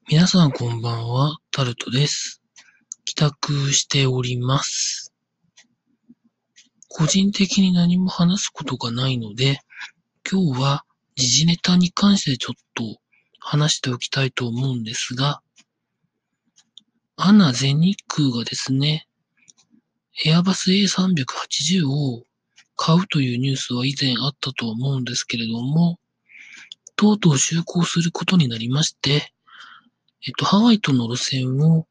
皆さんこんばんは、タルトです。帰宅しております。個人的に何も話すことがないので、今日は時事ネタに関してちょっと話しておきたいと思うんですが、アナ全日空がですね、エアバス A380 を買うというニュースは以前あったと思うんですけれども、とうとう就航することになりまして、ハワイとの路線を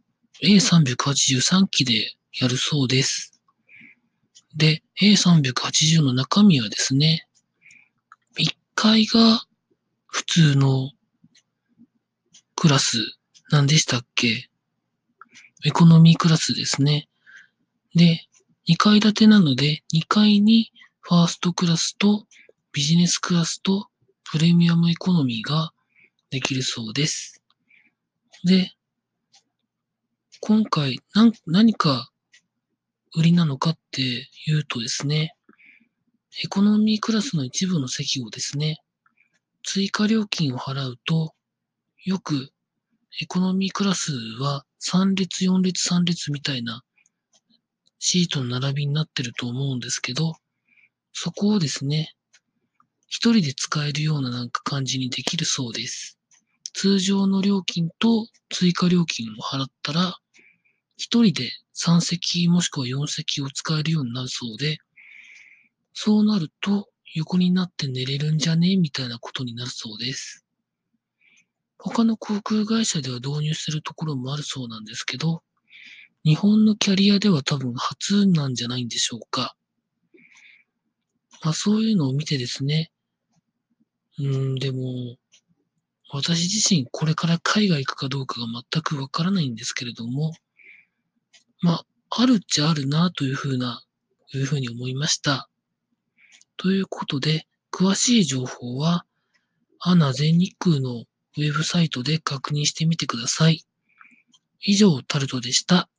A383 機でやるそうです。で、A380 の中身はですね、1階が普通のクラス、何でしたっけ？エコノミークラスですね。で、2階建てなので、2階にファーストクラスとビジネスクラスとプレミアムエコノミーができるそうです。で、今回何か売りなのかっていうとですね、エコノミークラスの一部の席をですね、追加料金を払うと、よくエコノミークラスは3列、4列、3列みたいなシートの並びになってると思うんですけど、そこをですね、一人で使えるような感じにできるそうです。通常の料金と追加料金を払ったら、一人で3席もしくは4席を使えるようになるそうで、そうなると横になって寝れるんじゃねみたいなことになるそうです。他の航空会社では導入するところもあるそうなんですけど、日本のキャリアでは多分初なんじゃないんでしょうか。そういうのを見てですね、でも、私自身これから海外行くかどうかが全くわからないんですけれども、あるっちゃあるなというふうに思いました。ということで、詳しい情報は、アナ全日空のウェブサイトで確認してみてください。以上、タルトでした。